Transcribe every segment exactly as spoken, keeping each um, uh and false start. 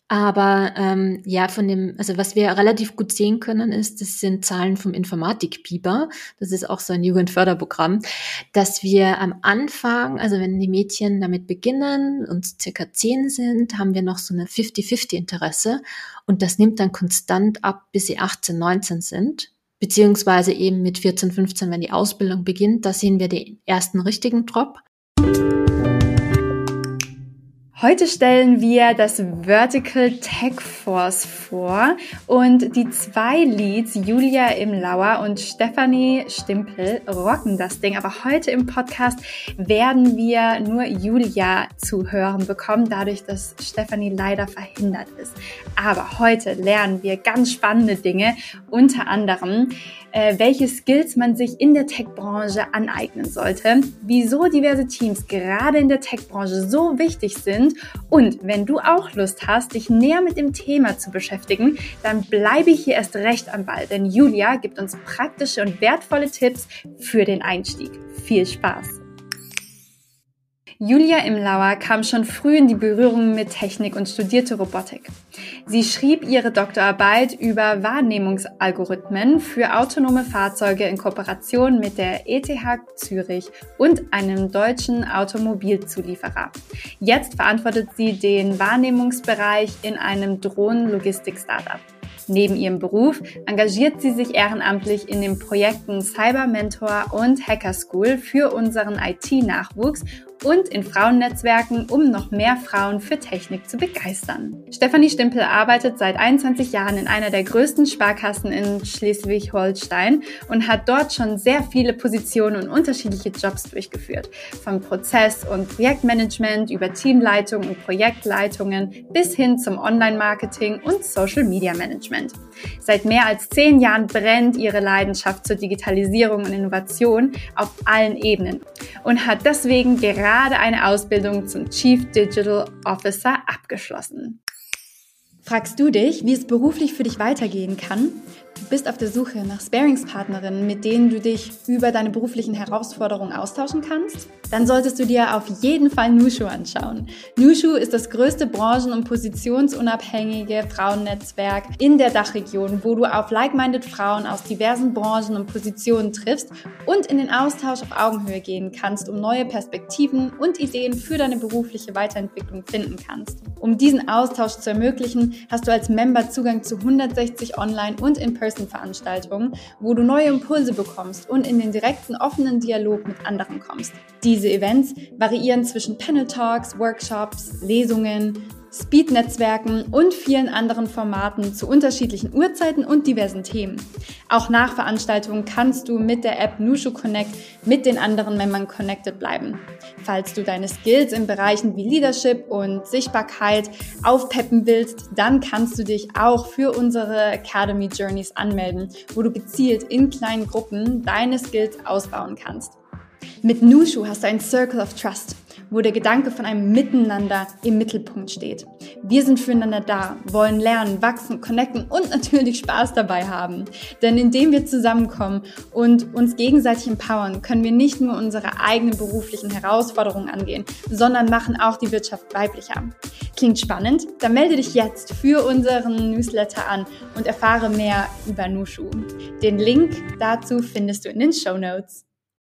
Aber ähm, ja, von dem, also was wir relativ gut sehen können, ist, das sind Zahlen vom Informatik-Biber. Das ist auch so ein Jugendförderprogramm, dass wir am Anfang, also wenn die Mädchen damit beginnen und circa zehn sind, haben wir noch so eine fünfzig fünfzig Interesse und das nimmt dann konstant ab, bis sie achtzehn, neunzehn sind. Beziehungsweise eben mit vierzehn, fünfzehn, wenn die Ausbildung beginnt, da sehen wir den ersten richtigen Drop. Heute stellen wir das Vertical Tech Force vor und die zwei Leads, Julia Imlauer und Stefanie Stimpel, rocken das Ding. Aber heute im Podcast werden wir nur Julia zu hören bekommen, dadurch, dass Stefanie leider verhindert ist. Aber heute lernen wir ganz spannende Dinge, unter anderem, äh, welche Skills man sich in der Tech-Branche aneignen sollte, wieso diverse Teams gerade in der Tech-Branche so wichtig sind. Und wenn du auch Lust hast, dich näher mit dem Thema zu beschäftigen, dann bleibe hier erst recht am Ball, denn Julia gibt uns praktische und wertvolle Tipps für den Einstieg. Viel Spaß! Julia Imlauer kam schon früh in die Berührung mit Technik und studierte Robotik. Sie schrieb ihre Doktorarbeit über Wahrnehmungsalgorithmen für autonome Fahrzeuge in Kooperation mit der E T H Zürich und einem deutschen Automobilzulieferer. Jetzt verantwortet sie den Wahrnehmungsbereich in einem Drohnenlogistik-Startup. Neben ihrem Beruf engagiert sie sich ehrenamtlich in den Projekten Cyber Mentor und Hacker School für unseren I T-Nachwuchs und in Frauennetzwerken, um noch mehr Frauen für Technik zu begeistern. Stefanie Stimpel arbeitet seit einundzwanzig Jahren in einer der größten Sparkassen in Schleswig-Holstein und hat dort schon sehr viele Positionen und unterschiedliche Jobs durchgeführt. Vom Prozess- und Projektmanagement über Teamleitung und Projektleitungen bis hin zum Online-Marketing und Social-Media-Management. Seit mehr als zehn Jahren brennt ihre Leidenschaft zur Digitalisierung und Innovation auf allen Ebenen und hat deswegen gerade gerade eine Ausbildung zum Chief Digital Officer abgeschlossen. Fragst du dich, wie es beruflich für dich weitergehen kann? Du bist auf der Suche nach Sparingspartnerinnen, mit denen du dich über deine beruflichen Herausforderungen austauschen kannst? Dann solltest du dir auf jeden Fall Nushu anschauen. Nushu ist das größte branchen- und positionsunabhängige Frauennetzwerk in der Dachregion, wo du auf like-minded Frauen aus diversen Branchen und Positionen triffst und in den Austausch auf Augenhöhe gehen kannst, um neue Perspektiven und Ideen für deine berufliche Weiterentwicklung finden kannst. Um diesen Austausch zu ermöglichen, hast du als Member Zugang zu hundertsechzig Online- und In-Person-Veranstaltungen, wo du neue Impulse bekommst und in den direkten, offenen Dialog mit anderen kommst. Diese Events variieren zwischen Panel-Talks, Workshops, Lesungen, Speed-Netzwerken und vielen anderen Formaten zu unterschiedlichen Uhrzeiten und diversen Themen. Auch nach Veranstaltungen kannst du mit der App Nushu Connect mit den anderen Membern connected bleiben. Falls du deine Skills in Bereichen wie Leadership und Sichtbarkeit aufpeppen willst, dann kannst du dich auch für unsere Academy Journeys anmelden, wo du gezielt in kleinen Gruppen deine Skills ausbauen kannst. Mit Nushu hast du einen Circle of Trust, wo der Gedanke von einem Miteinander im Mittelpunkt steht. Wir sind füreinander da, wollen lernen, wachsen, connecten und natürlich Spaß dabei haben. Denn indem wir zusammenkommen und uns gegenseitig empowern, können wir nicht nur unsere eigenen beruflichen Herausforderungen angehen, sondern machen auch die Wirtschaft weiblicher. Klingt spannend? Dann melde dich jetzt für unseren Newsletter an und erfahre mehr über Nushu. Den Link dazu findest du in den Shownotes.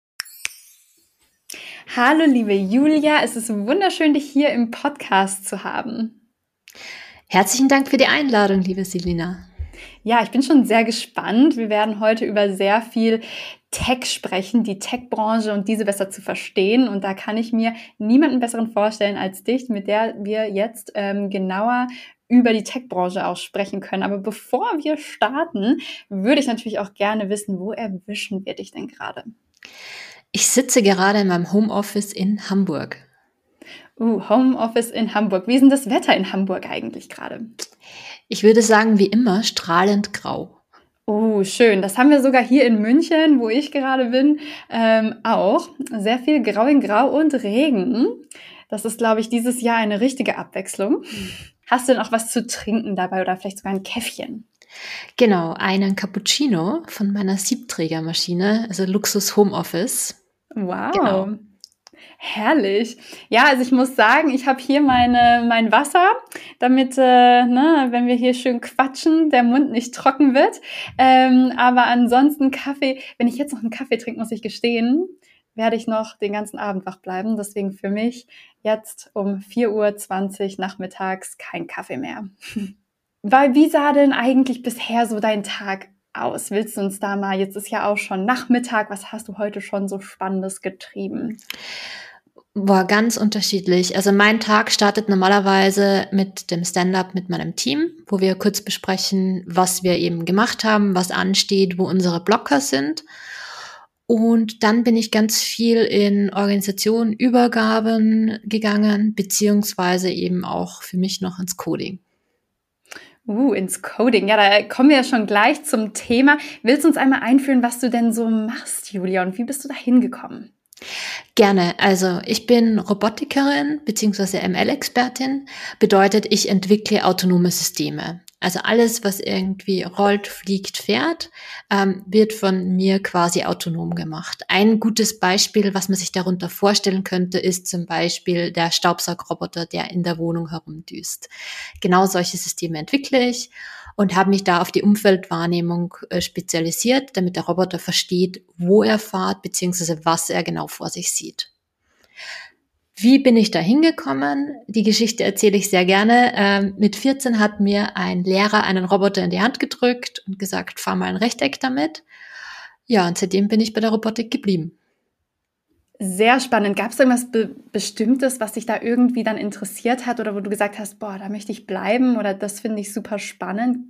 Hallo liebe Julia, es ist wunderschön, dich hier im Podcast zu haben. Herzlichen Dank für die Einladung, liebe Selina. Ja, ich bin schon sehr gespannt. Wir werden heute über sehr viel Tech sprechen, die Tech-Branche und diese besser zu verstehen. Und da kann ich mir niemanden besseren vorstellen als dich, mit der wir jetzt ähm, genauer über die Tech-Branche auch sprechen können. Aber bevor wir starten, würde ich natürlich auch gerne wissen, wo erwischen wir dich denn gerade? Ich sitze gerade in meinem Homeoffice in Hamburg. Uh, Homeoffice in Hamburg. Wie ist denn das Wetter in Hamburg eigentlich gerade? Ich würde sagen, wie immer, strahlend grau. Oh, schön. Das haben wir sogar hier in München, wo ich gerade bin, ähm, auch. Sehr viel Grau in Grau und Regen. Das ist, glaube ich, dieses Jahr eine richtige Abwechslung. Hast du denn auch was zu trinken dabei oder vielleicht sogar ein Käffchen? Genau, einen Cappuccino von meiner Siebträgermaschine, also Luxus Homeoffice. Wow. Genau. Herrlich. Ja, also ich muss sagen, ich habe hier meine, mein Wasser, damit, äh, ne, wenn wir hier schön quatschen, der Mund nicht trocken wird. Ähm, aber ansonsten Kaffee, wenn ich jetzt noch einen Kaffee trinke, muss ich gestehen, werde ich noch den ganzen Abend wach bleiben. Deswegen für mich jetzt um vier Uhr zwanzig nachmittags kein Kaffee mehr. Weil wie sah denn eigentlich bisher so dein Tag aus? Willst du uns da mal, jetzt ist ja auch schon Nachmittag, was hast du heute schon so Spannendes getrieben? War ganz unterschiedlich. Also mein Tag startet normalerweise mit dem Stand-up mit meinem Team, wo wir kurz besprechen, was wir eben gemacht haben, was ansteht, wo unsere Blocker sind. Und dann bin ich ganz viel in Organisationen, Übergaben gegangen, beziehungsweise eben auch für mich noch ins Coding. Uh, ins Coding. Ja, da kommen wir ja schon gleich zum Thema. Willst du uns einmal einführen, was du denn so machst, Julia, und wie bist du da hingekommen? Gerne. Also ich bin Robotikerin beziehungsweise M L-Expertin. Bedeutet, ich entwickle autonome Systeme. Also alles, was irgendwie rollt, fliegt, fährt, ähm, wird von mir quasi autonom gemacht. Ein gutes Beispiel, was man sich darunter vorstellen könnte, ist zum Beispiel der Staubsaugroboter, der in der Wohnung herumdüst. Genau solche Systeme entwickle ich und habe mich da auf die Umfeldwahrnehmung äh, spezialisiert, damit der Roboter versteht, wo er fährt, beziehungsweise was er genau vor sich sieht. Wie bin ich da hingekommen? Die Geschichte erzähle ich sehr gerne. Ähm, mit vierzehn hat mir ein Lehrer einen Roboter in die Hand gedrückt und gesagt, fahr mal ein Rechteck damit. Ja, und seitdem bin ich bei der Robotik geblieben. Sehr spannend. Gab es irgendwas Be- Bestimmtes, was dich da irgendwie dann interessiert hat oder wo du gesagt hast, boah, da möchte ich bleiben oder das finde ich super spannend?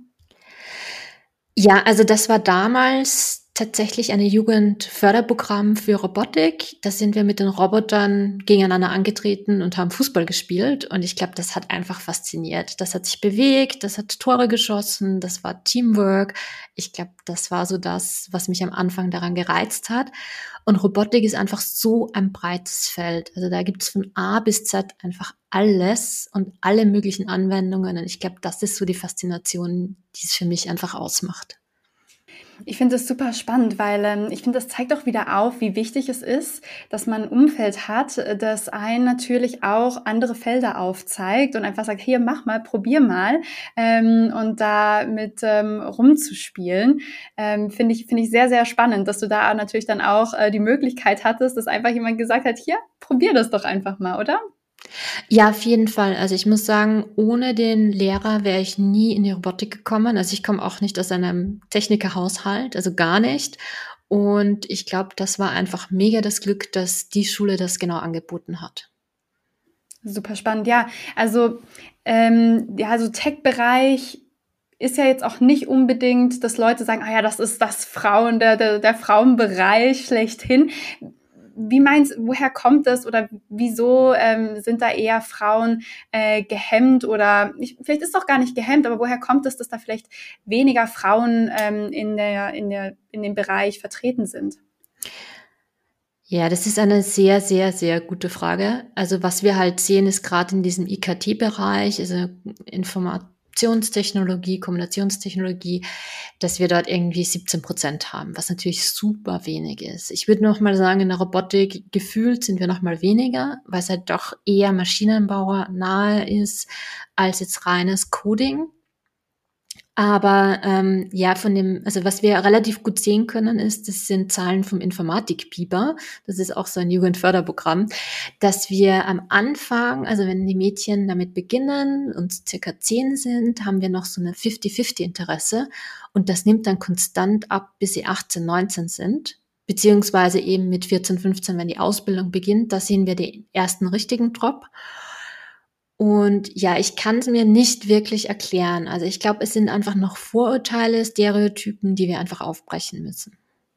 Ja, also das war damals tatsächlich ein Jugendförderprogramm für Robotik. Da sind wir mit den Robotern gegeneinander angetreten und haben Fußball gespielt. Und ich glaube, das hat einfach fasziniert. Das hat sich bewegt, das hat Tore geschossen, das war Teamwork. Ich glaube, das war so das, was mich am Anfang daran gereizt hat. Und Robotik ist einfach so ein breites Feld. Also da gibt es von A bis Z einfach alles und alle möglichen Anwendungen. Und ich glaube, das ist so die Faszination, die es für mich einfach ausmacht. Ich finde das super spannend, weil ähm, ich finde, das zeigt auch wieder auf, wie wichtig es ist, dass man ein Umfeld hat, das einen natürlich auch andere Felder aufzeigt und einfach sagt, hier, mach mal, probier mal ähm, und da mit ähm, rumzuspielen. Ähm, finde ich, finde ich sehr, sehr spannend, dass du da natürlich dann auch äh, die Möglichkeit hattest, dass einfach jemand gesagt hat, hier, probier das doch einfach mal, oder? Ja, auf jeden Fall. Also ich muss sagen, ohne den Lehrer wäre ich nie in die Robotik gekommen. Also ich komme auch nicht aus einem Technikerhaushalt, also gar nicht. Und ich glaube, das war einfach mega das Glück, dass die Schule das genau angeboten hat. Super spannend, ja. Also, ähm, ja, also Tech-Bereich ist ja jetzt auch nicht unbedingt, dass Leute sagen, ah ja, das ist das Frauen, der, der, der Frauenbereich schlechthin. Wie meinst, woher kommt das oder wieso ähm, sind da eher Frauen äh, gehemmt oder ich, vielleicht ist es auch gar nicht gehemmt, aber woher kommt es, dass da vielleicht weniger Frauen ähm, in der in der in dem Bereich vertreten sind? Ja, das ist eine sehr, sehr, sehr gute Frage. Also was wir halt sehen, ist gerade in diesem I K T-Bereich, also Informationstechnologie, Kommunikationstechnologie, dass wir dort irgendwie siebzehn Prozent haben, was natürlich super wenig ist. Ich würde noch mal sagen, in der Robotik gefühlt sind wir noch mal weniger, weil es halt doch eher Maschinenbauer nahe ist als jetzt reines Coding. Aber ähm, ja, von dem, also was wir relativ gut sehen können, ist, das sind Zahlen vom Informatik-Biber. Das ist auch so ein Jugendförderprogramm, dass wir am Anfang, also wenn die Mädchen damit beginnen und circa zehn sind, haben wir noch so eine fünfzig fünfzig Interesse und das nimmt dann konstant ab, bis sie achtzehn, neunzehn sind. Beziehungsweise eben mit vierzehn, fünfzehn, wenn die Ausbildung beginnt, da sehen wir den ersten richtigen Drop. Und ja, ich kann es mir nicht wirklich erklären. Also ich glaube, es sind einfach noch Vorurteile, Stereotypen, die wir einfach aufbrechen müssen.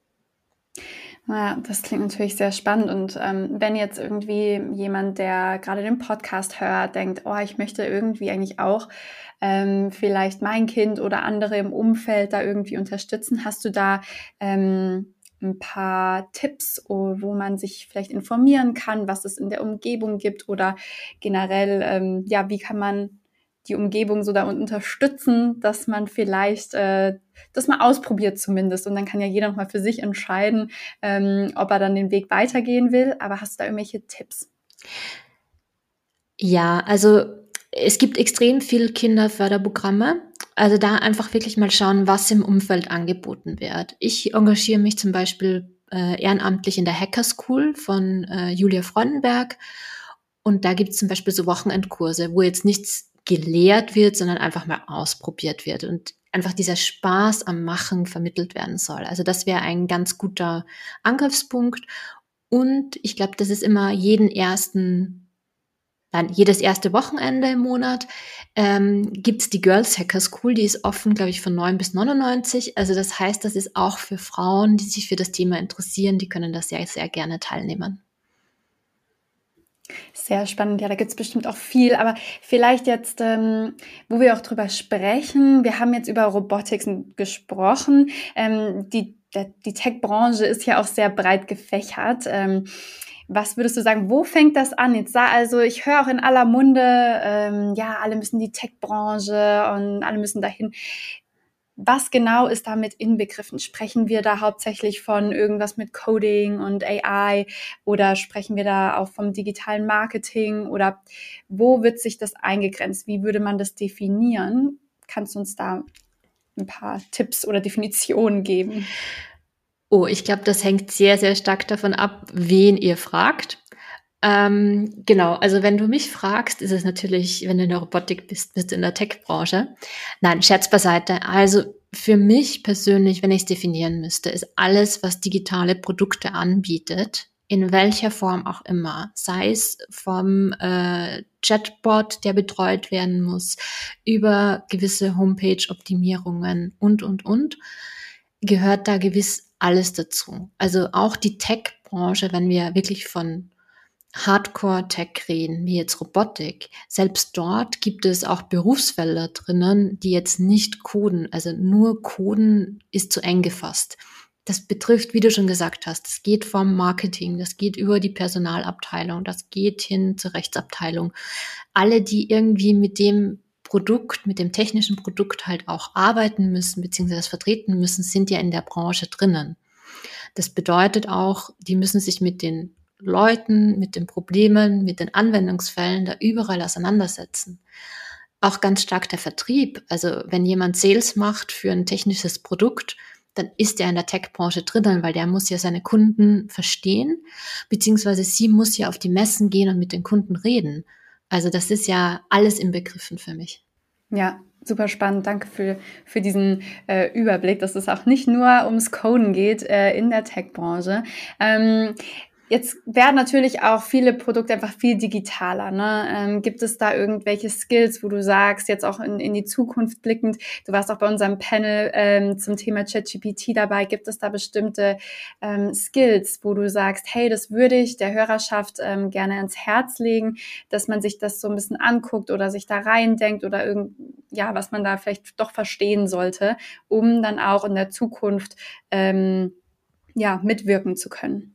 Ja, das klingt natürlich sehr spannend. Und ähm, wenn jetzt irgendwie jemand, der gerade den Podcast hört, denkt, oh, ich möchte irgendwie eigentlich auch ähm, vielleicht mein Kind oder andere im Umfeld da irgendwie unterstützen, hast du da ähm, ein paar Tipps, oh, wo man sich vielleicht informieren kann, was es in der Umgebung gibt oder generell, ähm, ja, wie kann man die Umgebung so da unterstützen, dass man vielleicht äh, das mal ausprobiert zumindest. Und dann kann ja jeder noch mal für sich entscheiden, ähm, ob er dann den Weg weitergehen will. Aber hast du da irgendwelche Tipps? Ja, also es gibt extrem viel Kinderförderprogramme. Also da einfach wirklich mal schauen, was im Umfeld angeboten wird. Ich engagiere mich zum Beispiel äh, ehrenamtlich in der Hacker School von äh, Julia Freudenberg. Und da gibt es zum Beispiel so Wochenendkurse, wo jetzt nichts gelehrt wird, sondern einfach mal ausprobiert wird und einfach dieser Spaß am Machen vermittelt werden soll. Also das wäre ein ganz guter Angriffspunkt. Und ich glaube, das ist immer jeden ersten Dann jedes erste Wochenende im Monat ähm, gibt's die Girls Hacker School, die ist offen, glaube ich, von neun bis neunundneunzig. Also das heißt, das ist auch für Frauen, die sich für das Thema interessieren, die können das sehr, sehr gerne teilnehmen. Sehr spannend, ja, da gibt's bestimmt auch viel, aber vielleicht jetzt, ähm, wo wir auch drüber sprechen, wir haben jetzt über Robotics gesprochen, ähm, die, der, die Tech-Branche ist ja auch sehr breit gefächert. Ähm, was würdest du sagen, wo fängt das an? Jetzt sah also, ich höre auch in aller Munde, ähm, ja, alle müssen die Tech-Branche und alle müssen dahin. Was genau ist damit inbegriffen? Sprechen wir da hauptsächlich von irgendwas mit Coding und A I oder sprechen wir da auch vom digitalen Marketing oder wo wird sich das eingegrenzt? Wie würde man das definieren? Kannst du uns da ein paar Tipps oder Definitionen geben? Oh, ich glaube, das hängt sehr, sehr stark davon ab, wen ihr fragt. Ähm, genau, also wenn du mich fragst, ist es natürlich, wenn du in der Robotik bist, bist du in der Tech-Branche. Nein, Scherz beiseite. Also für mich persönlich, wenn ich es definieren müsste, ist alles, was digitale Produkte anbietet, in welcher Form auch immer, sei es vom äh, Chatbot, der betreut werden muss, über gewisse Homepage-Optimierungen und, und, und, gehört da gewiss alles dazu. Also auch die Tech-Branche, wenn wir wirklich von Hardcore-Tech reden, wie jetzt Robotik, selbst dort gibt es auch Berufsfelder drinnen, die jetzt nicht coden. Also nur coden ist zu eng gefasst. Das betrifft, wie du schon gesagt hast, das geht vom Marketing, das geht über die Personalabteilung, das geht hin zur Rechtsabteilung. Alle, die irgendwie mit dem Produkt, mit dem technischen Produkt halt auch arbeiten müssen, beziehungsweise das vertreten müssen, sind ja in der Branche drinnen. Das bedeutet auch, die müssen sich mit den Leuten, mit den Problemen, mit den Anwendungsfällen da überall auseinandersetzen. Auch ganz stark der Vertrieb. Also wenn jemand Sales macht für ein technisches Produkt, dann ist er in der Tech-Branche drinnen, weil der muss ja seine Kunden verstehen, beziehungsweise sie muss ja auf die Messen gehen und mit den Kunden reden. Also das ist ja alles inbegriffen für mich. Ja, super spannend. Danke für, für diesen äh, Überblick, dass es auch nicht nur ums Coden geht äh, in der Tech-Branche. Ähm, Jetzt werden natürlich auch viele Produkte einfach viel digitaler. Ne? Ähm, gibt es da irgendwelche Skills, wo du sagst, jetzt auch in, in die Zukunft blickend, du warst auch bei unserem Panel ähm, zum Thema ChatGPT dabei, gibt es da bestimmte ähm, Skills, wo du sagst, hey, das würde ich der Hörerschaft ähm, gerne ans Herz legen, dass man sich das so ein bisschen anguckt oder sich da reindenkt oder irgend, ja, was man da vielleicht doch verstehen sollte, um dann auch in der Zukunft ähm, ja, mitwirken zu können?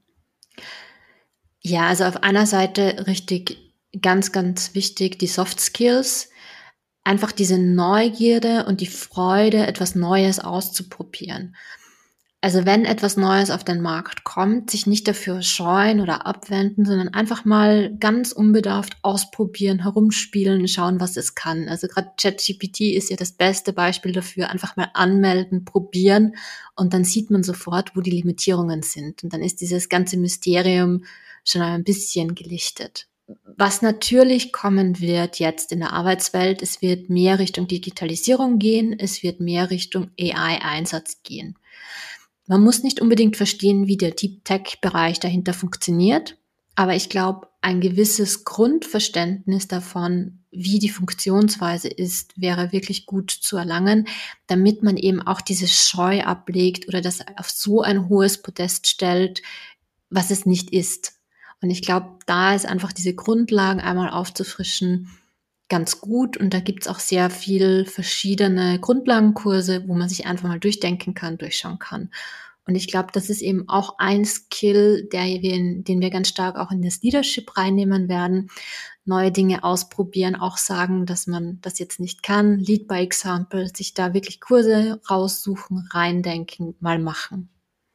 Ja, also auf einer Seite richtig ganz, ganz wichtig, die Soft Skills. Einfach diese Neugierde und die Freude, etwas Neues auszuprobieren. Also wenn etwas Neues auf den Markt kommt, sich nicht dafür scheuen oder abwenden, sondern einfach mal ganz unbedarft ausprobieren, herumspielen, schauen, was es kann. Also gerade ChatGPT ist ja das beste Beispiel dafür. Einfach mal anmelden, probieren und dann sieht man sofort, wo die Limitierungen sind. Und dann ist dieses ganze Mysterium schon ein bisschen gelichtet. Was natürlich kommen wird jetzt in der Arbeitswelt, es wird mehr Richtung Digitalisierung gehen, es wird mehr Richtung A I-Einsatz gehen. Man muss nicht unbedingt verstehen, wie der Deep Tech-Bereich dahinter funktioniert, aber ich glaube, ein gewisses Grundverständnis davon, wie die Funktionsweise ist, wäre wirklich gut zu erlangen, damit man eben auch diese Scheu ablegt oder das auf so ein hohes Podest stellt, was es nicht ist. Und ich glaube, da ist einfach diese Grundlagen einmal aufzufrischen ganz gut. Und da gibt's auch sehr viel verschiedene Grundlagenkurse, wo man sich einfach mal durchdenken kann, durchschauen kann. Und ich glaube, das ist eben auch ein Skill, der wir in, den wir ganz stark auch in das Leadership reinnehmen werden. Neue Dinge ausprobieren, auch sagen, dass man das jetzt nicht kann. Lead by Example, sich da wirklich Kurse raussuchen, reindenken, mal machen.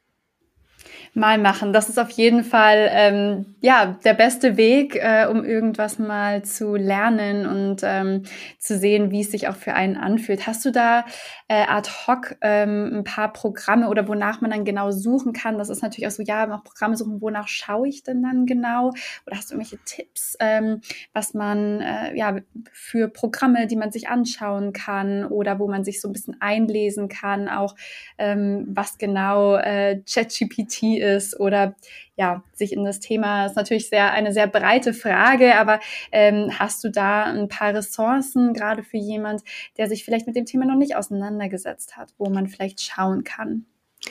Mal machen. Das ist auf jeden Fall ähm, ja der beste Weg, äh, um irgendwas mal zu lernen und ähm, zu sehen, wie es sich auch für einen anfühlt. Hast du da äh, ad hoc ähm, ein paar Programme oder wonach man dann genau suchen kann? Das ist natürlich auch so, ja, auch Programme suchen, wonach schaue ich denn dann genau? Oder hast du irgendwelche Tipps, ähm, was man äh, ja für Programme, die man sich anschauen kann oder wo man sich so ein bisschen einlesen kann, auch ähm, was genau äh, ChatGPT ist oder ja, sich in das Thema, ist natürlich sehr eine sehr breite Frage, aber ähm, hast du da ein paar Ressourcen, gerade für jemand, der sich vielleicht mit dem Thema noch nicht auseinandergesetzt hat, wo man vielleicht schauen kann?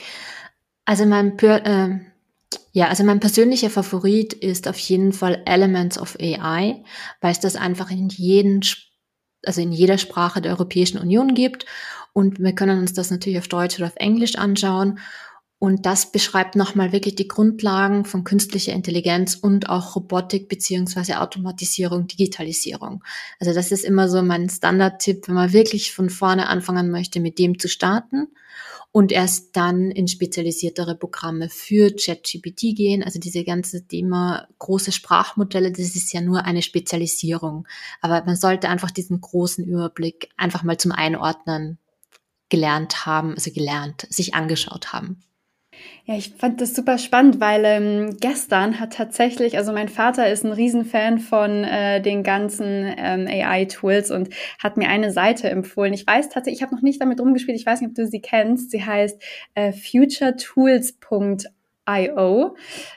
Also mein, äh, ja, also mein persönlicher Favorit ist auf jeden Fall Elements of A I, weil es das einfach in jeden, also in jeder Sprache der Europäischen Union gibt und wir können uns das natürlich auf Deutsch oder auf Englisch anschauen. Und das beschreibt nochmal wirklich die Grundlagen von künstlicher Intelligenz und auch Robotik beziehungsweise Automatisierung, Digitalisierung. Also das ist immer so mein Standardtipp, wenn man wirklich von vorne anfangen möchte, mit dem zu starten und erst dann in spezialisiertere Programme für ChatGPT gehen. Also diese ganze Thema große Sprachmodelle, das ist ja nur eine Spezialisierung. Aber man sollte einfach diesen großen Überblick einfach mal zum Einordnen gelernt haben, also gelernt, sich angeschaut haben. Ja, ich fand das super spannend, weil ähm, gestern hat tatsächlich, also mein Vater ist ein Riesenfan von äh, den ganzen ähm, A I-Tools und hat mir eine Seite empfohlen. Ich weiß tatsächlich, ich habe noch nicht damit rumgespielt, ich weiß nicht, ob du sie kennst. Sie heißt äh, future tools punkt io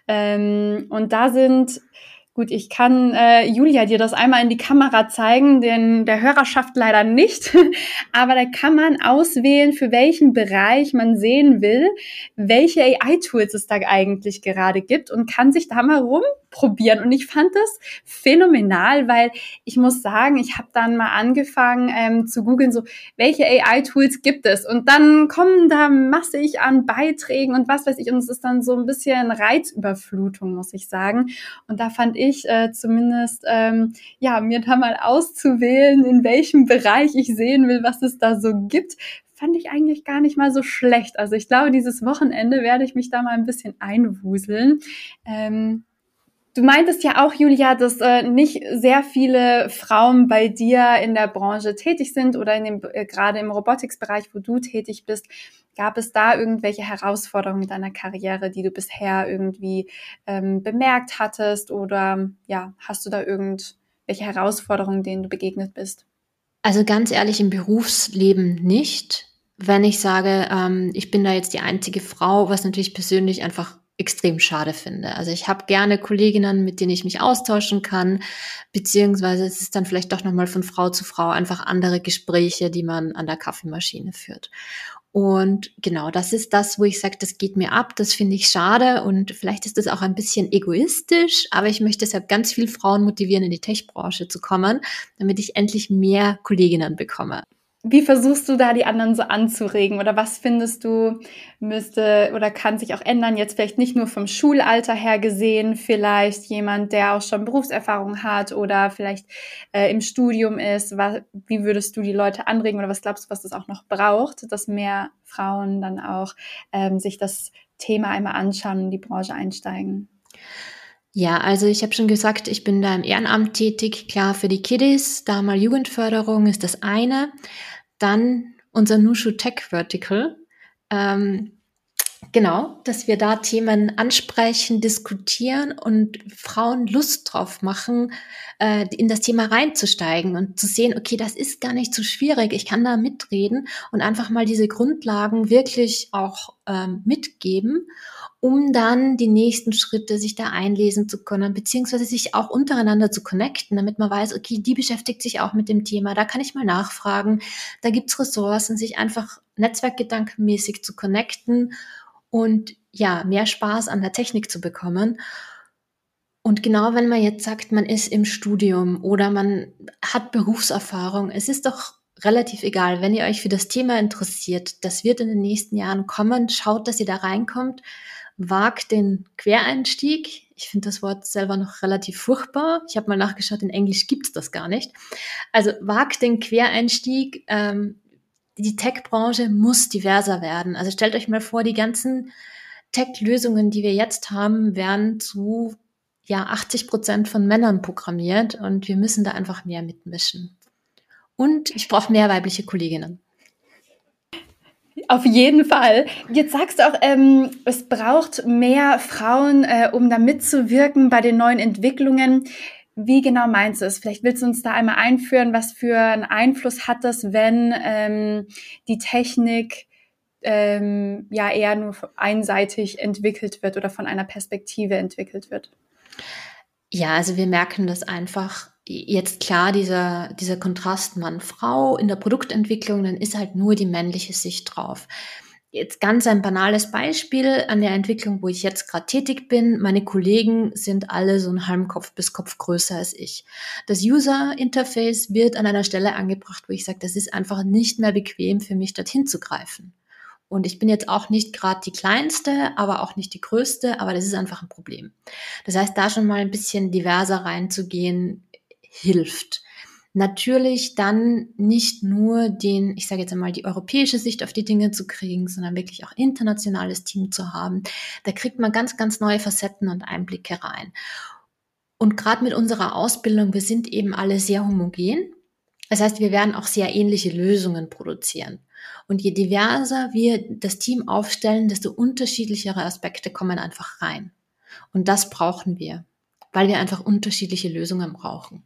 ähm, und da sind Gut, ich kann äh, Julia dir das einmal in die Kamera zeigen, denn der Hörerschaft leider nicht. Aber da kann man auswählen, für welchen Bereich man sehen will, welche A I-Tools es da eigentlich gerade gibt und kann sich da mal rumprobieren. Und ich fand das phänomenal, weil ich muss sagen, ich habe dann mal angefangen ähm, zu googeln, so welche A I-Tools gibt es? Und dann kommen da massig an Beiträgen und was weiß ich. Und es ist dann so ein bisschen Reizüberflutung, muss ich sagen. Und da fand ich ich äh, zumindest, ähm, ja, mir da mal auszuwählen, in welchem Bereich ich sehen will, was es da so gibt, fand ich eigentlich gar nicht mal so schlecht. Also ich glaube, dieses Wochenende werde ich mich da mal ein bisschen einwuseln. Ähm, Du meintest ja auch, Julia, dass äh, nicht sehr viele Frauen bei dir in der Branche tätig sind oder in dem äh, gerade im Robotics-Bereich, wo du tätig bist. Gab es da irgendwelche Herausforderungen in deiner Karriere, die du bisher irgendwie ähm, bemerkt hattest? Oder ja, hast du da irgendwelche Herausforderungen, denen du begegnet bist? Also ganz ehrlich, im Berufsleben nicht. Wenn ich sage, ähm, ich bin da jetzt die einzige Frau, was natürlich persönlich einfach extrem schade finde. Also ich habe gerne Kolleginnen, mit denen ich mich austauschen kann, beziehungsweise es ist dann vielleicht doch nochmal von Frau zu Frau einfach andere Gespräche, die man an der Kaffeemaschine führt. Und genau, das ist das, wo ich sage, das geht mir ab, das finde ich schade und vielleicht ist das auch ein bisschen egoistisch, aber ich möchte deshalb ganz viele Frauen motivieren, in die Tech-Branche zu kommen, damit ich endlich mehr Kolleginnen bekomme. Wie versuchst du da die anderen so anzuregen oder was findest du müsste oder kann sich auch ändern? Jetzt vielleicht nicht nur vom Schulalter her gesehen, vielleicht jemand, der auch schon Berufserfahrung hat oder vielleicht äh, im Studium ist. Was, wie würdest du die Leute anregen oder was glaubst du, was das auch noch braucht, dass mehr Frauen dann auch ähm, sich das Thema einmal anschauen und in die Branche einsteigen? Ja, also ich habe schon gesagt, ich bin da im Ehrenamt tätig. Klar, für die Kiddies, da mal Jugendförderung ist das eine. Dann unser Nushu Tech Vertical. Ähm, genau, dass wir da Themen ansprechen, diskutieren und Frauen Lust drauf machen, äh, in das Thema reinzusteigen und zu sehen, okay, das ist gar nicht so schwierig, ich kann da mitreden und einfach mal diese Grundlagen wirklich auch ähm, mitgeben, um dann die nächsten Schritte sich da einlesen zu können, beziehungsweise sich auch untereinander zu connecten, damit man weiß, okay, die beschäftigt sich auch mit dem Thema, da kann ich mal nachfragen, da gibt's Ressourcen, sich einfach netzwerkgedankenmäßig zu connecten und ja, mehr Spaß an der Technik zu bekommen. Und genau wenn man jetzt sagt, man ist im Studium oder man hat Berufserfahrung, es ist doch relativ egal. Wenn ihr euch für das Thema interessiert, das wird in den nächsten Jahren kommen. Schaut, dass ihr da reinkommt. Wagt den Quereinstieg. Ich finde das Wort selber noch relativ furchtbar. Ich habe mal nachgeschaut, in Englisch gibt es das gar nicht. Also wagt den Quereinstieg. Ähm, die Tech-Branche muss diverser werden. Also stellt euch mal vor, die ganzen Tech-Lösungen, die wir jetzt haben, werden zu ja, achtzig Prozent von Männern programmiert und wir müssen da einfach mehr mitmischen. Und ich brauche mehr weibliche Kolleginnen. Auf jeden Fall. Jetzt sagst du auch, ähm, es braucht mehr Frauen, äh, um da mitzuwirken bei den neuen Entwicklungen. Wie genau meinst du es? Vielleicht willst du uns da einmal einführen, was für einen Einfluss hat das, wenn ähm, die Technik ähm, ja eher nur einseitig entwickelt wird oder von einer Perspektive entwickelt wird? Ja, also wir merken das einfach jetzt klar, dieser, dieser Kontrast Mann-Frau in der Produktentwicklung, dann ist halt nur die männliche Sicht drauf. Jetzt ganz ein banales Beispiel an der Entwicklung, wo ich jetzt gerade tätig bin. Meine Kollegen sind alle so ein halben Kopf bis Kopf größer als ich. Das User-Interface wird an einer Stelle angebracht, wo ich sage, das ist einfach nicht mehr bequem für mich, dorthin zu greifen. Und ich bin jetzt auch nicht gerade die Kleinste, aber auch nicht die Größte, aber das ist einfach ein Problem. Das heißt, da schon mal ein bisschen diverser reinzugehen, hilft. Natürlich dann nicht nur den, ich sage jetzt einmal, die europäische Sicht auf die Dinge zu kriegen, sondern wirklich auch internationales Team zu haben. Da kriegt man ganz, ganz neue Facetten und Einblicke rein. Und gerade mit unserer Ausbildung, wir sind eben alle sehr homogen. Das heißt, wir werden auch sehr ähnliche Lösungen produzieren. Und je diverser wir das Team aufstellen, desto unterschiedlichere Aspekte kommen einfach rein. Und das brauchen wir, weil wir einfach unterschiedliche Lösungen brauchen.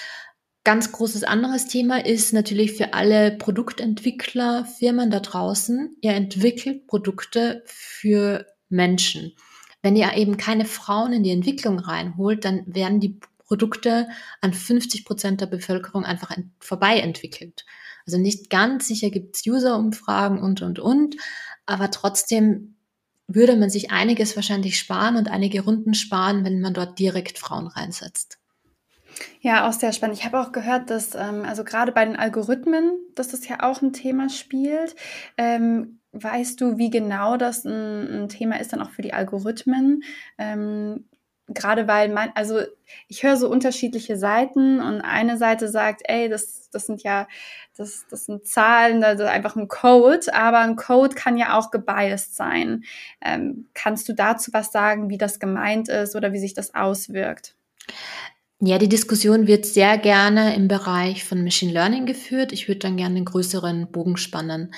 Ganz großes anderes Thema ist natürlich für alle Produktentwickler, Firmen da draußen, ihr entwickelt Produkte für Menschen. Wenn ihr eben keine Frauen in die Entwicklung reinholt, dann werden die Produkte an fünfzig Prozent der Bevölkerung einfach vorbei entwickelt. Also nicht ganz sicher gibt es User-Umfragen und, und, und, aber trotzdem würde man sich einiges wahrscheinlich sparen und einige Runden sparen, wenn man dort direkt Frauen reinsetzt. Ja, auch sehr spannend. Ich habe auch gehört, dass ähm, also gerade bei den Algorithmen, dass das ja auch ein Thema spielt. Ähm, weißt du, wie genau das ein, ein Thema ist dann auch für die Algorithmen? Ähm, gerade weil man, also ich höre so unterschiedliche Seiten und eine Seite sagt, ey, das, das sind ja, das, das sind Zahlen, das ist einfach ein Code, aber ein Code kann ja auch gebiased sein. Ähm, kannst du dazu was sagen, wie das gemeint ist oder wie sich das auswirkt? Ja, die Diskussion wird sehr gerne im Bereich von Machine Learning geführt. Ich würde dann gerne einen größeren Bogen spannen.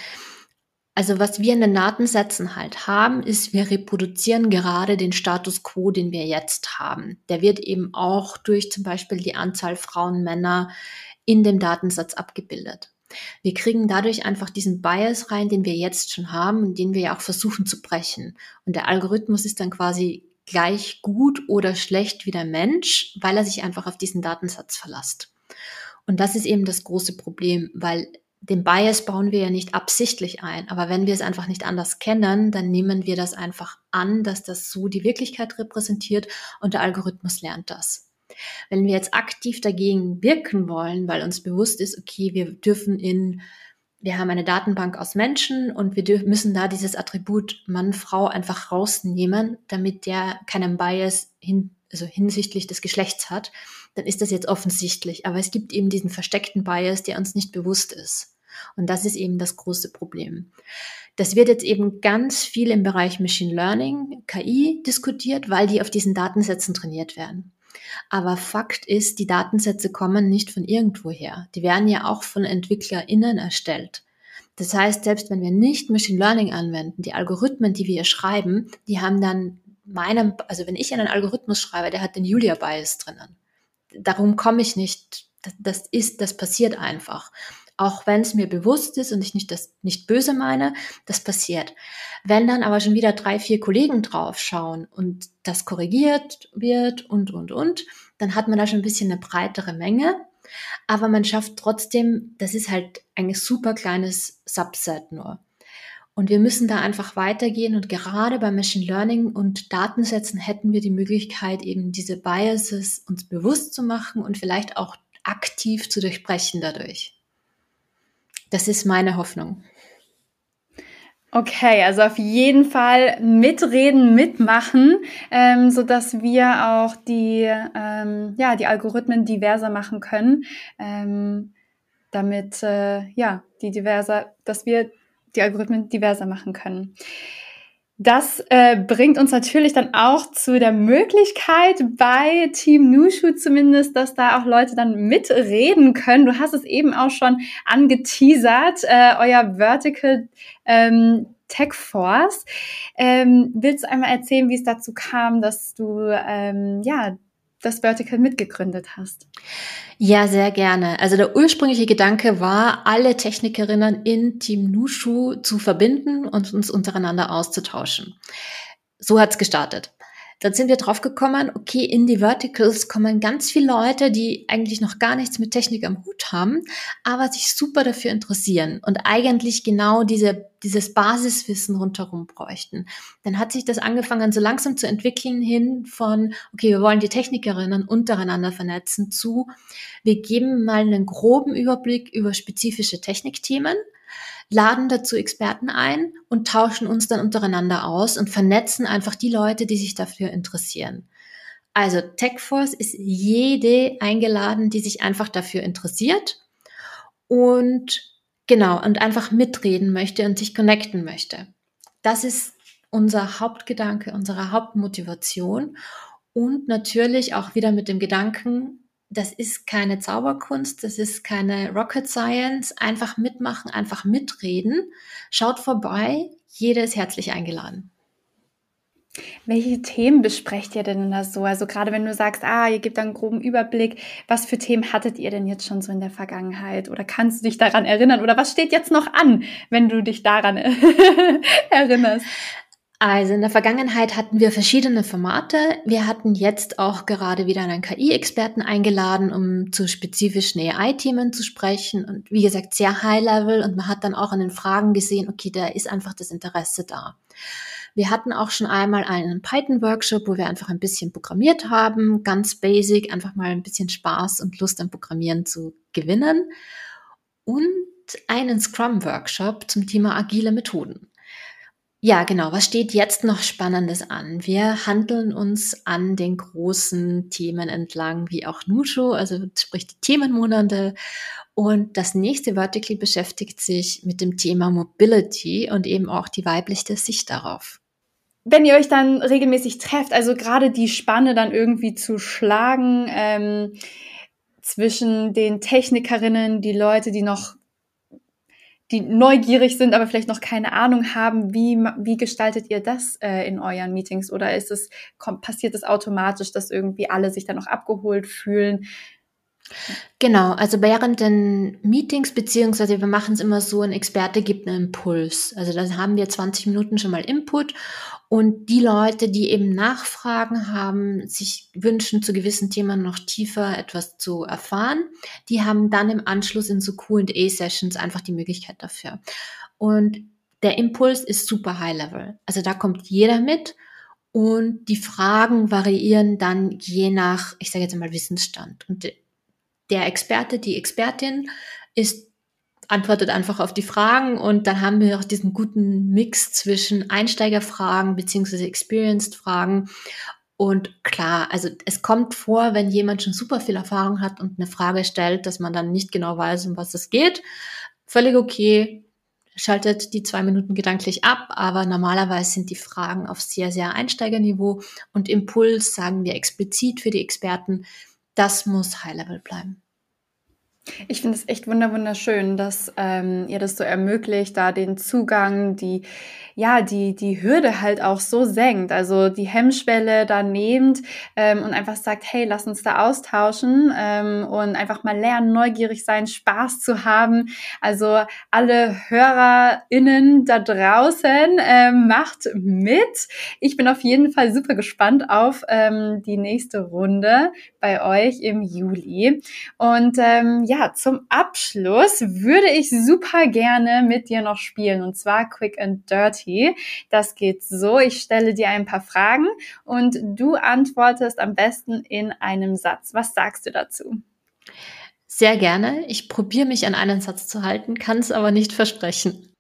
Also was wir in den Datensätzen halt haben, ist, wir reproduzieren gerade den Status quo, den wir jetzt haben. Der wird eben auch durch zum Beispiel die Anzahl Frauen, Männer in dem Datensatz abgebildet. Wir kriegen dadurch einfach diesen Bias rein, den wir jetzt schon haben und den wir ja auch versuchen zu brechen. Und der Algorithmus ist dann quasi gleich gut oder schlecht wie der Mensch, weil er sich einfach auf diesen Datensatz verlässt. Und das ist eben das große Problem, weil den Bias bauen wir ja nicht absichtlich ein. Aber wenn wir es einfach nicht anders kennen, dann nehmen wir das einfach an, dass das so die Wirklichkeit repräsentiert und der Algorithmus lernt das. Wenn wir jetzt aktiv dagegen wirken wollen, weil uns bewusst ist, okay, wir dürfen in Wir haben eine Datenbank aus Menschen und wir dürfen, müssen da dieses Attribut Mann, Frau einfach rausnehmen, damit der keinen Bias hin, also hinsichtlich des Geschlechts hat, dann ist das jetzt offensichtlich. Aber es gibt eben diesen versteckten Bias, der uns nicht bewusst ist. Und das ist eben das große Problem. Das wird jetzt eben ganz viel im Bereich Machine Learning, K I, diskutiert, weil die auf diesen Datensätzen trainiert werden. Aber Fakt ist, die Datensätze kommen nicht von irgendwoher. Die werden ja auch von EntwicklerInnen erstellt. Das heißt, selbst wenn wir nicht Machine Learning anwenden, die Algorithmen, die wir hier schreiben, die haben dann meinem, also wenn ich einen Algorithmus schreibe, der hat den Julia-Bias drinnen. Darum komme ich nicht. Das, das ist, das passiert einfach. Auch wenn es mir bewusst ist und ich nicht das nicht böse meine, das passiert. Wenn dann aber schon wieder drei, vier Kollegen drauf schauen und das korrigiert wird und, und, und, dann hat man da schon ein bisschen eine breitere Menge. Aber man schafft trotzdem, das ist halt ein super kleines Subset nur. Und wir müssen da einfach weitergehen und gerade bei Machine Learning und Datensätzen hätten wir die Möglichkeit, eben diese Biases uns bewusst zu machen und vielleicht auch aktiv zu durchbrechen dadurch. Das ist meine Hoffnung. Okay, also auf jeden Fall mitreden, mitmachen, ähm, so dass wir auch die, ähm, ja, die Algorithmen diverser machen können, ähm, damit, äh, ja, die diverser, dass wir die Algorithmen diverser machen können. Das äh, bringt uns natürlich dann auch zu der Möglichkeit bei Team Nushu zumindest, dass da auch Leute dann mitreden können. Du hast es eben auch schon angeteasert, äh, euer Vertical ähm, Tech Force. Ähm, willst du einmal erzählen, wie es dazu kam, dass du ähm, ja das Vertical mitgegründet hast? Ja, sehr gerne. Also der ursprüngliche Gedanke war, alle Technikerinnen in Team Nushu zu verbinden und uns untereinander auszutauschen. So hat's gestartet. Dann sind wir drauf gekommen, okay, in die Verticals kommen ganz viele Leute, die eigentlich noch gar nichts mit Technik am Hut haben, aber sich super dafür interessieren und eigentlich genau diese, dieses Basiswissen rundherum bräuchten. Dann hat sich das angefangen, so langsam zu entwickeln hin von, okay, wir wollen die Technikerinnen untereinander vernetzen zu, wir geben mal einen groben Überblick über spezifische Technikthemen, laden dazu Experten ein und tauschen uns dann untereinander aus und vernetzen einfach die Leute, die sich dafür interessieren. Also TechForce ist jede eingeladen, die sich einfach dafür interessiert und genau, und einfach mitreden möchte und sich connecten möchte. Das ist unser Hauptgedanke, unsere Hauptmotivation und natürlich auch wieder mit dem Gedanken, das ist keine Zauberkunst, das ist keine Rocket Science. Einfach mitmachen, einfach mitreden. Schaut vorbei, jeder ist herzlich eingeladen. Welche Themen besprecht ihr denn da so? Also gerade wenn du sagst, ah, ihr gebt einen groben Überblick, was für Themen hattet ihr denn jetzt schon so in der Vergangenheit? Oder kannst du dich daran erinnern? Oder was steht jetzt noch an, wenn du dich daran erinnerst? Also in der Vergangenheit hatten wir verschiedene Formate. Wir hatten jetzt auch gerade wieder einen K I-Experten eingeladen, um zu spezifischen A I-Themen zu sprechen. Und wie gesagt, sehr high-level. Und man hat dann auch an den Fragen gesehen, okay, da ist einfach das Interesse da. Wir hatten auch schon einmal einen Python-Workshop, wo wir einfach ein bisschen programmiert haben, ganz basic, einfach mal ein bisschen Spaß und Lust am Programmieren zu gewinnen. Und einen Scrum-Workshop zum Thema agile Methoden. Ja, genau. Was steht jetzt noch Spannendes an? Wir handeln uns an den großen Themen entlang, wie auch Nushu, also sprich die Themenmonate. Und das nächste Vertical beschäftigt sich mit dem Thema Mobility und eben auch die weibliche Sicht darauf. Wenn ihr euch dann regelmäßig trefft, also gerade die Spanne dann irgendwie zu schlagen ähm, zwischen den Technikerinnen, die Leute, die noch die neugierig sind, aber vielleicht noch keine Ahnung haben, wie, wie gestaltet ihr das äh, in euren Meetings? Oder ist es, kommt, passiert es automatisch, dass irgendwie alle sich dann noch abgeholt fühlen? Genau, also während den Meetings, beziehungsweise wir machen es immer so, ein Experte gibt einen Impuls. Also da haben wir zwanzig Minuten schon mal Input und die Leute, die eben Nachfragen haben, sich wünschen, zu gewissen Themen noch tiefer etwas zu erfahren, die haben dann im Anschluss in so Q and A-Sessions einfach die Möglichkeit dafür. Und der Impuls ist super high-level. Also da kommt jeder mit und die Fragen variieren dann je nach, ich sage jetzt mal, Wissensstand. Und der Experte, die Expertin ist, antwortet einfach auf die Fragen und dann haben wir auch diesen guten Mix zwischen Einsteigerfragen beziehungsweise Experienced-Fragen. Und klar, also es kommt vor, wenn jemand schon super viel Erfahrung hat und eine Frage stellt, dass man dann nicht genau weiß, um was es geht. Völlig okay, schaltet die zwei Minuten gedanklich ab, aber normalerweise sind die Fragen auf sehr, sehr Einsteigerniveau und Impuls, sagen wir explizit für die Experten, das muss High-Level bleiben. Ich finde es echt wunderschön, dass ähm, ihr das so ermöglicht, da den Zugang, die ja die die Hürde halt auch so senkt, also die Hemmschwelle da nehmt ähm, und einfach sagt, hey, lass uns da austauschen ähm, und einfach mal lernen, neugierig sein, Spaß zu haben. Also alle HörerInnen da draußen, ähm, macht mit. Ich bin auf jeden Fall super gespannt auf ähm, die nächste Runde bei euch im Juli. Und ähm, ja, zum Abschluss würde ich super gerne mit dir noch spielen, und zwar Quick and Dirty. Das geht so, ich stelle dir ein paar Fragen und du antwortest am besten in einem Satz. Was sagst du dazu? Sehr gerne. Ich probiere mich an einen Satz zu halten, kann es aber nicht versprechen.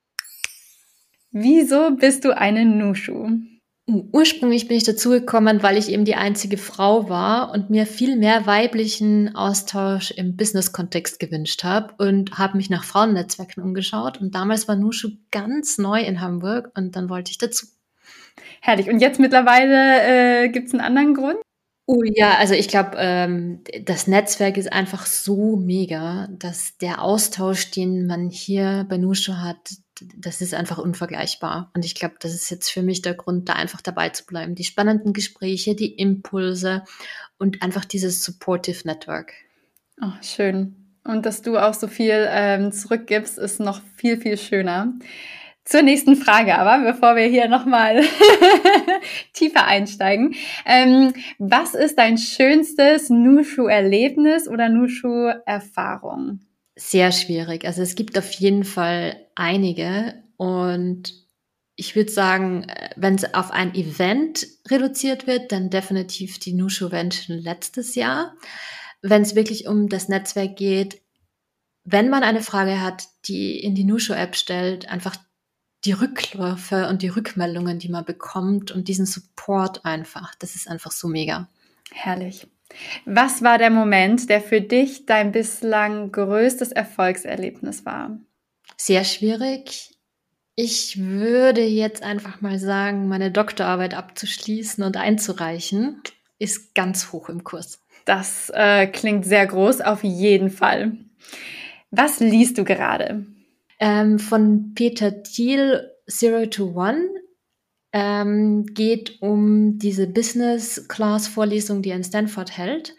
Wieso bist du eine Nushu? Ursprünglich bin ich dazu gekommen, weil ich eben die einzige Frau war und mir viel mehr weiblichen Austausch im Business-Kontext gewünscht habe und habe mich nach Frauennetzwerken umgeschaut. Und damals war Nushu ganz neu in Hamburg und dann wollte ich dazu. Herrlich. Und jetzt mittlerweile äh, gibt es einen anderen Grund? Oh ja, also ich glaube, ähm, das Netzwerk ist einfach so mega, dass der Austausch, den man hier bei Nushu hat, das ist einfach unvergleichbar. Und ich glaube, das ist jetzt für mich der Grund, da einfach dabei zu bleiben. Die spannenden Gespräche, die Impulse und einfach dieses Supportive Network. Oh, schön. Und dass du auch so viel ähm, zurückgibst, ist noch viel, viel schöner. Zur nächsten Frage aber, bevor wir hier nochmal tiefer einsteigen. Ähm, was ist dein schönstes Nushu-Erlebnis oder Nushu-Erfahrung? Sehr schwierig. Also es gibt auf jeden Fall einige und ich würde sagen, wenn es auf ein Event reduziert wird, dann definitiv die Nushu-Vention letztes Jahr. Wenn es wirklich um das Netzwerk geht, wenn man eine Frage hat, die in die Nushu-App stellt, einfach die Rückläufe und die Rückmeldungen, die man bekommt und diesen Support einfach, das ist einfach so mega. Herrlich. Was war der Moment, der für dich dein bislang größtes Erfolgserlebnis war? Sehr schwierig. Ich würde jetzt einfach mal sagen, meine Doktorarbeit abzuschließen und einzureichen, ist ganz hoch im Kurs. Das äh, klingt sehr groß, auf jeden Fall. Was liest du gerade? Ähm, von Peter Thiel, Zero to One, ähm, geht um diese Business-Class-Vorlesung, die er in Stanford hält.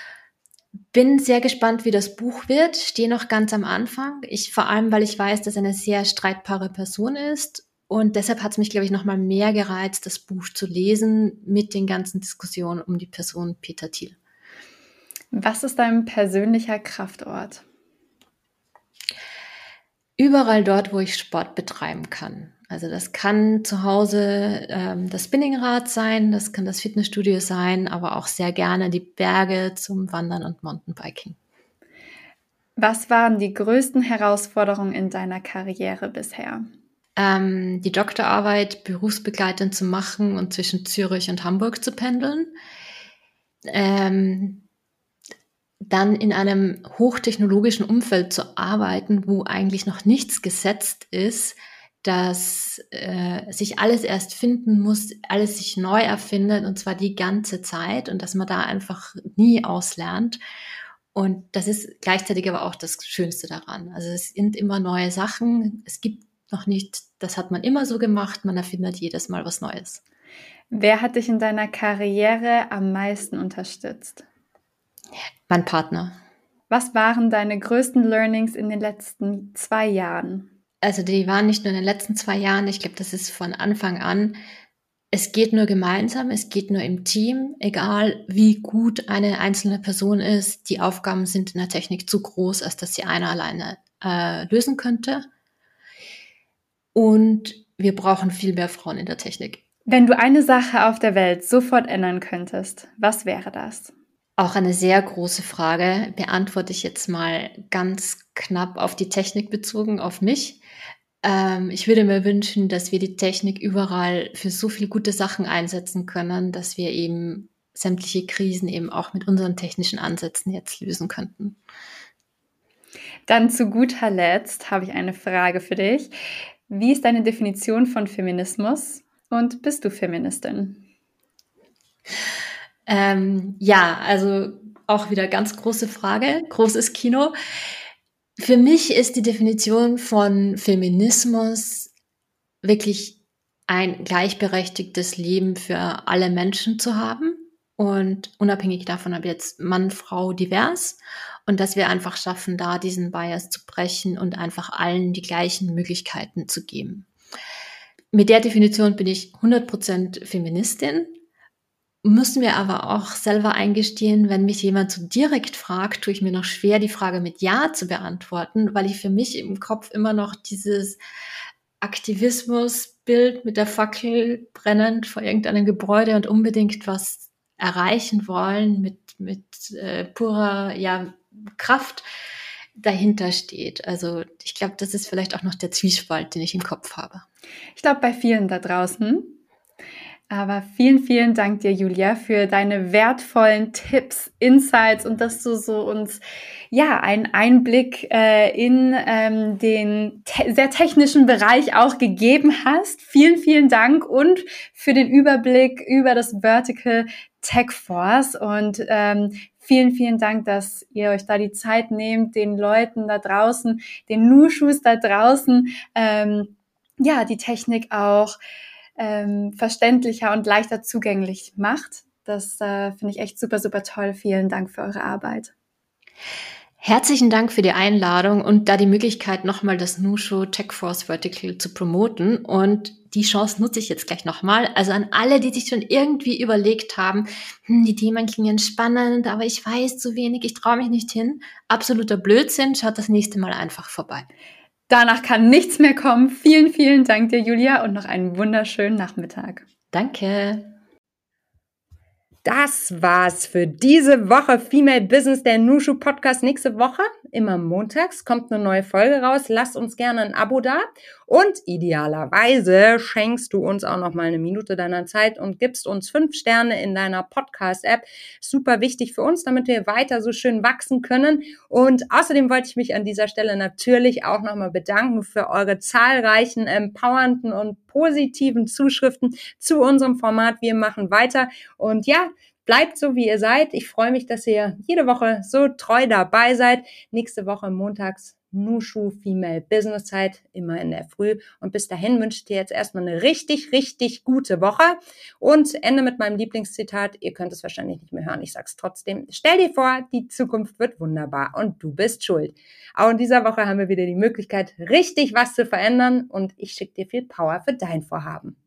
Bin sehr gespannt, wie das Buch wird. Stehe noch ganz am Anfang. Ich, vor allem, weil ich weiß, dass er eine sehr streitbare Person ist. Und deshalb hat es mich, glaube ich, noch mal mehr gereizt, das Buch zu lesen mit den ganzen Diskussionen um die Person Peter Thiel. Was ist dein persönlicher Kraftort? Überall dort, wo ich Sport betreiben kann. Also das kann zu Hause ähm, das Spinningrad sein, das kann das Fitnessstudio sein, aber auch sehr gerne die Berge zum Wandern und Mountainbiking. Was waren die größten Herausforderungen in deiner Karriere bisher? Ähm, die Doktorarbeit berufsbegleitend zu machen und zwischen Zürich und Hamburg zu pendeln. Ähm, dann in einem hochtechnologischen Umfeld zu arbeiten, wo eigentlich noch nichts gesetzt ist, dass äh, sich alles erst finden muss, alles sich neu erfindet und zwar die ganze Zeit und dass man da einfach nie auslernt. Und das ist gleichzeitig aber auch das Schönste daran. Also es sind immer neue Sachen. Es gibt noch nicht, das hat man immer so gemacht, man erfindet jedes Mal was Neues. Wer hat dich in deiner Karriere am meisten unterstützt? Mein Partner. Was waren deine größten Learnings in den letzten zwei Jahren? Also die waren nicht nur in den letzten zwei Jahren, ich glaube, das ist von Anfang an. Es geht nur gemeinsam, es geht nur im Team, egal wie gut eine einzelne Person ist. Die Aufgaben sind in der Technik zu groß, als dass sie einer alleine äh, lösen könnte. Und wir brauchen viel mehr Frauen in der Technik. Wenn du eine Sache auf der Welt sofort ändern könntest, was wäre das? Auch eine sehr große Frage, beantworte ich jetzt mal ganz knapp auf die Technik bezogen, auf mich. Ähm, ich würde mir wünschen, dass wir die Technik überall für so viele gute Sachen einsetzen können, dass wir eben sämtliche Krisen eben auch mit unseren technischen Ansätzen jetzt lösen könnten. Dann zu guter Letzt habe ich eine Frage für dich. Wie ist deine Definition von Feminismus und bist du Feministin? Ähm, ja, also auch wieder ganz große Frage, großes Kino. Für mich ist die Definition von Feminismus wirklich ein gleichberechtigtes Leben für alle Menschen zu haben und unabhängig davon, ob jetzt Mann, Frau, divers und dass wir einfach schaffen, da diesen Bias zu brechen und einfach allen die gleichen Möglichkeiten zu geben. Mit der Definition bin ich hundert Prozent Feministin. Müssen wir aber auch selber eingestehen, wenn mich jemand so direkt fragt, tue ich mir noch schwer, die Frage mit Ja zu beantworten, weil ich für mich im Kopf immer noch dieses Aktivismusbild mit der Fackel brennend vor irgendeinem Gebäude und unbedingt was erreichen wollen mit, mit äh, purer ja, Kraft dahinter steht. Also ich glaube, das ist vielleicht auch noch der Zwiespalt, den ich im Kopf habe. Ich glaube, bei vielen da draußen. Aber vielen, vielen Dank dir, Julia, für deine wertvollen Tipps, Insights und dass du so uns ja einen Einblick äh, in ähm, den te- sehr technischen Bereich auch gegeben hast. Vielen, vielen Dank und für den Überblick über das Vertical Tech Force und ähm, vielen, vielen Dank, dass ihr euch da die Zeit nehmt, den Leuten da draußen, den Nushus da draußen, ähm, ja, die Technik auch Ähm, verständlicher und leichter zugänglich macht. Das äh, finde ich echt super, super toll. Vielen Dank für eure Arbeit. Herzlichen Dank für die Einladung und da die Möglichkeit, nochmal das Nushu Tech Force Vertical zu promoten. Und die Chance nutze ich jetzt gleich nochmal. Also an alle, die sich schon irgendwie überlegt haben, hm, die Themen klingen spannend, aber ich weiß zu wenig, ich traue mich nicht hin. Absoluter Blödsinn, schaut das nächste Mal einfach vorbei. Danach kann nichts mehr kommen. Vielen, vielen Dank dir, Julia, und noch einen wunderschönen Nachmittag. Danke. Das war's für diese Woche Female Business, der Nushu Podcast. Nächste Woche, immer montags, kommt eine neue Folge raus. Lass uns gerne ein Abo da und idealerweise schenkst du uns auch noch mal eine Minute deiner Zeit und gibst uns fünf Sterne in deiner Podcast-App. Super wichtig für uns, damit wir weiter so schön wachsen können. Und außerdem wollte ich mich an dieser Stelle natürlich auch noch mal bedanken für eure zahlreichen empowernden und positiven Zuschriften zu unserem Format. Wir machen weiter und ja, bleibt so, wie ihr seid. Ich freue mich, dass ihr jede Woche so treu dabei seid. Nächste Woche montags Nushu Female Business Zeit, immer in der Früh. Und bis dahin wünsche ich dir jetzt erstmal eine richtig, richtig gute Woche. Und Ende mit meinem Lieblingszitat. Ihr könnt es wahrscheinlich nicht mehr hören. Ich sag's trotzdem. Stell dir vor, die Zukunft wird wunderbar und du bist schuld. Auch in dieser Woche haben wir wieder die Möglichkeit, richtig was zu verändern. Und ich schicke dir viel Power für dein Vorhaben.